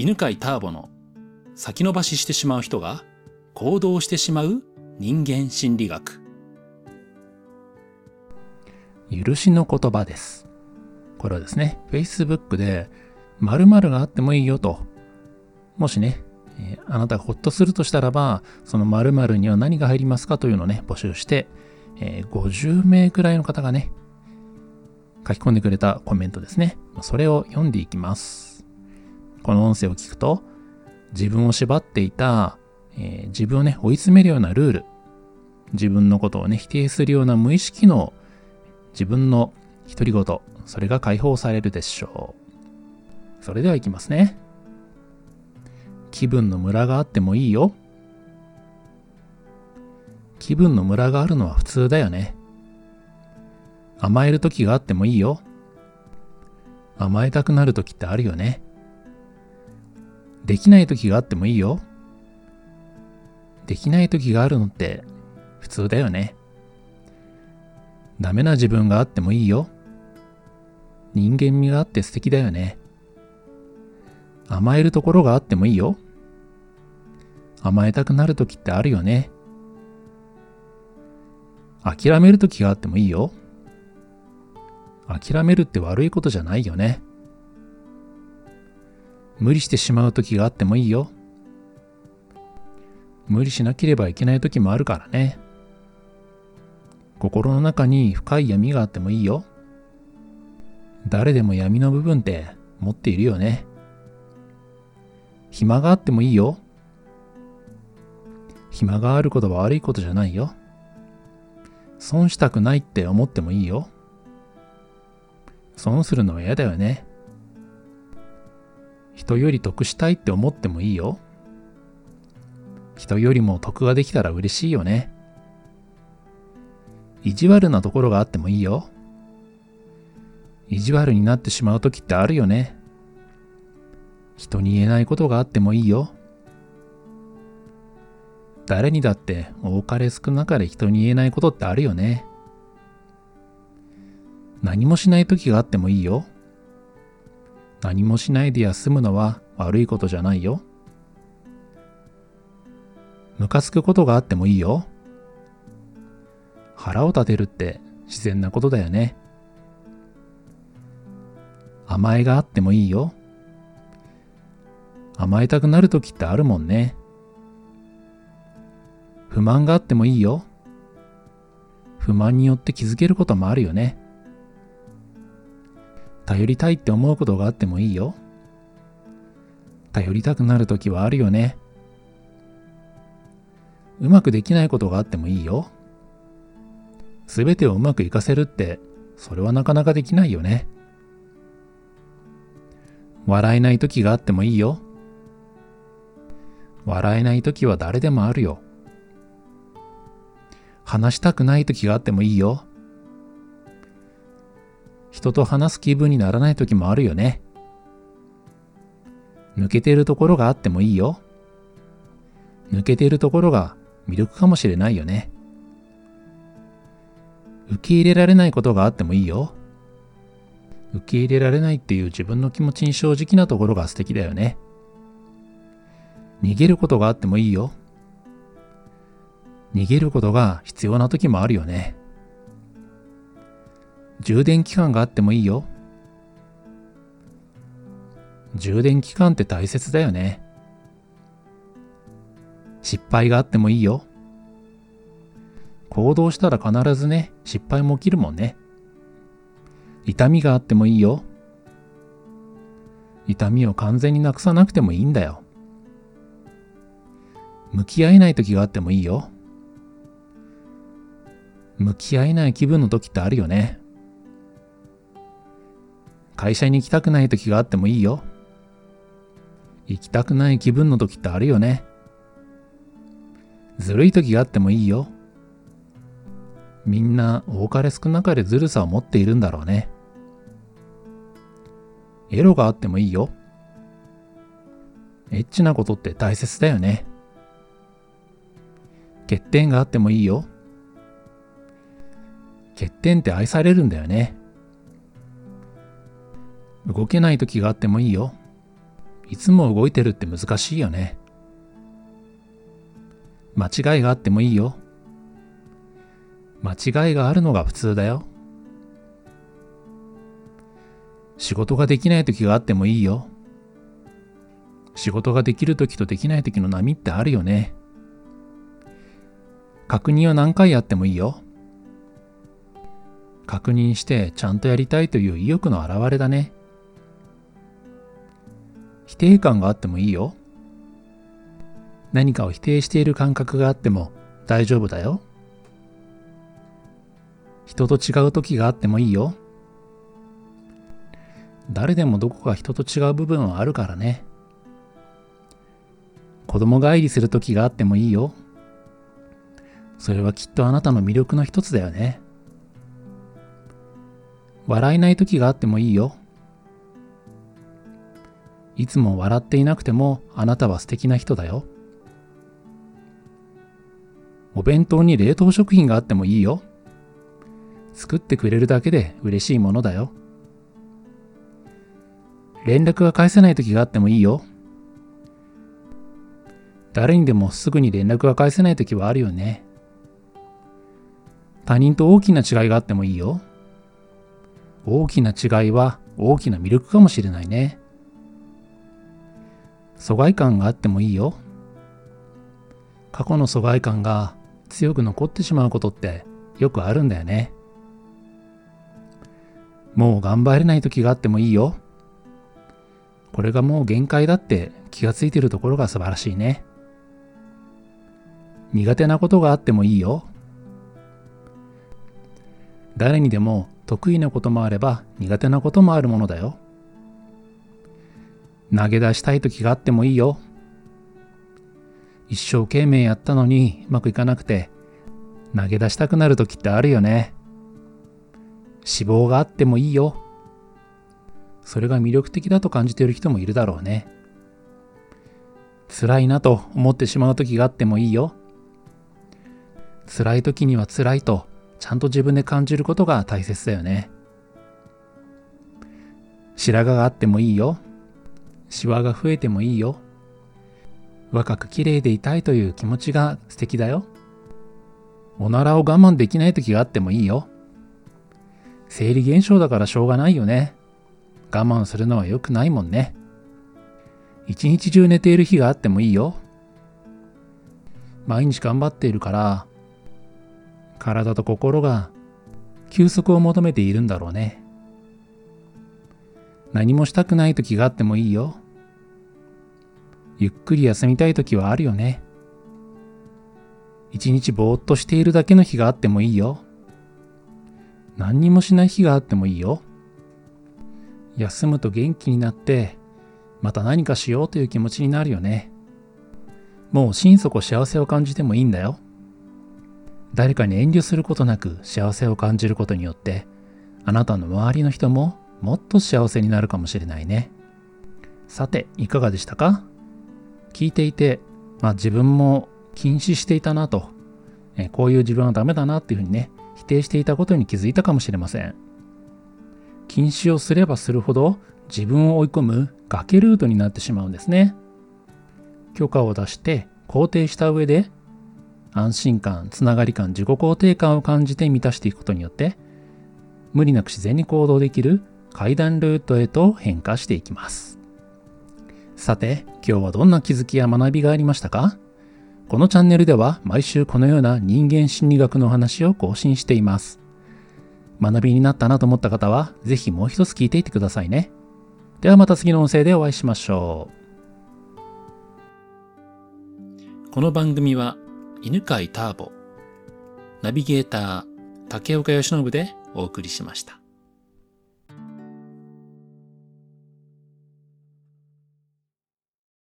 犬飼ターボの先延ばししてしまう人が行動してしまう人間心理学。 許しの言葉です。これはですね、Facebook で〇〇があってもいいよと、もしね、あなたがほっとするとしたらば、その〇〇には何が入りますかというのをね、募集して、50名くらいの方がね、書き込んでくれたコメントですね。それを読んでいきます。この音声を聞くと、自分を縛っていた、自分をね、追い詰めるようなルール、自分のことをね、否定するような無意識の自分の独り言、それが解放されるでしょう。それではいきますね。気分のムラがあってもいいよ。気分のムラがあるのは普通だよね。甘える時があってもいいよ。甘えたくなる時ってあるよね。できない時があってもいいよ。できない時があるのって普通だよね。ダメな自分があってもいいよ。人間味があって素敵だよね。甘えるところがあってもいいよ。甘えたくなる時ってあるよね。諦める時があってもいいよ。諦めるって悪いことじゃないよね。無理してしまう時があってもいいよ。無理しなければいけない時もあるからね。心の中に深い闇があってもいいよ。誰でも闇の部分って持っているよね。暇があってもいいよ。暇があることは悪いことじゃないよ。損したくないって思ってもいいよ。損するのは嫌だよね。人より得したいって思ってもいいよ。人よりも得ができたら嬉しいよね。意地悪なところがあってもいいよ。意地悪になってしまう時ってあるよね。人に言えないことがあってもいいよ。誰にだって多かれ少なかれ人に言えないことってあるよね。何もしない時があってもいいよ。何もしないで休むのは悪いことじゃないよ。ムカつくことがあってもいいよ。腹を立てるって自然なことだよね。甘えがあってもいいよ。甘えたくなるときってあるもんね。不満があってもいいよ。不満によって気づけることもあるよね。頼りたいって思うことがあってもいいよ。頼りたくなるときはあるよね。うまくできないことがあってもいいよ。すべてをうまくいかせるって、それはなかなかできないよね。笑えないときがあってもいいよ。笑えないときは誰でもあるよ。話したくないときがあってもいいよ。人と話す気分にならないときもあるよね。抜けているところがあってもいいよ。抜けているところが魅力かもしれないよね。受け入れられないことがあってもいいよ。受け入れられないっていう自分の気持ちに正直なところが素敵だよね。逃げることがあってもいいよ。逃げることが必要な時もあるよね。充電期間があってもいいよ。充電期間って大切だよね。失敗があってもいいよ。行動したら必ずね、失敗も起きるもんね。痛みがあってもいいよ。痛みを完全になくさなくてもいいんだよ。向き合えない時があってもいいよ。向き合えない気分の時ってあるよね。会社に行きたくない時があってもいいよ。行きたくない気分の時ってあるよね。ずるい時があってもいいよ。みんな多かれ少なかれずるさを持っているんだろうね。エロがあってもいいよ。エッチなことって大切だよね。欠点があってもいいよ。欠点って愛されるんだよね。動けない時があってもいいよ。 いつも動いてるって難しいよね。間違いがあってもいいよ。間違いがあるのが普通だよ。仕事ができない時があってもいいよ。仕事ができる時とできない時の波ってあるよね。確認は何回やってもいいよ。確認してちゃんとやりたいという意欲の表れだね。否定感があってもいいよ。何かを否定している感覚があっても大丈夫だよ。人と違う時があってもいいよ。誰でもどこか人と違う部分はあるからね。子供帰りする時があってもいいよ。それはきっとあなたの魅力の一つだよね。笑えない時があってもいいよ。いつも笑っていなくてもあなたは素敵な人だよ。お弁当に冷凍食品があってもいいよ。作ってくれるだけで嬉しいものだよ。連絡が返せない時があってもいいよ。誰にでもすぐに連絡が返せない時はあるよね。他人と大きな違いがあってもいいよ。大きな違いは大きな魅力かもしれないね。疎外感があってもいいよ。過去の疎外感が強く残ってしまうことってよくあるんだよね。もう頑張れない時があってもいいよ。これがもう限界だって気がついているところが素晴らしいね。苦手なことがあってもいいよ。誰にでも得意なこともあれば苦手なこともあるものだよ。投げ出したい時があってもいいよ。一生懸命やったのにうまくいかなくて投げ出したくなる時ってあるよね。失望があってもいいよ。それが魅力的だと感じている人もいるだろうね。辛いなと思ってしまう時があってもいいよ。辛い時には辛いとちゃんと自分で感じることが大切だよね。白髪があってもいいよ。シワが増えてもいいよ。若く綺麗でいたいという気持ちが素敵だよ。おならを我慢できない時があってもいいよ。生理現象だからしょうがないよね。我慢するのは良くないもんね。一日中寝ている日があってもいいよ。毎日頑張っているから体と心が休息を求めているんだろうね。何もしたくない時があってもいいよ。ゆっくり休みたい時はあるよね。一日ぼーっとしているだけの日があってもいいよ。何にもしない日があってもいいよ。休むと元気になってまた何かしようという気持ちになるよね。もう心底幸せを感じてもいいんだよ。誰かに遠慮することなく幸せを感じることによってあなたの周りの人ももっと幸せになるかもしれないね。さていかがでしたか？聞いていて、自分も禁止していたなと、こういう自分はダメだなっていうふうにね否定していたことに気づいたかもしれません。禁止をすればするほど自分を追い込む崖ルートになってしまうんですね。許可を出して肯定した上で安心感、つながり感、自己肯定感を感じて満たしていくことによって無理なく自然に行動できる階段ルートへと変化していきます。さて、今日はどんな気づきや学びがありましたか？このチャンネルでは毎週このような人間心理学の話を更新しています。学びになったなと思った方はぜひもう一つ聞いていってくださいね。ではまた次の音声でお会いしましょこの番組は犬飼ターボ、ナビゲーター竹岡由伸でお送りしました。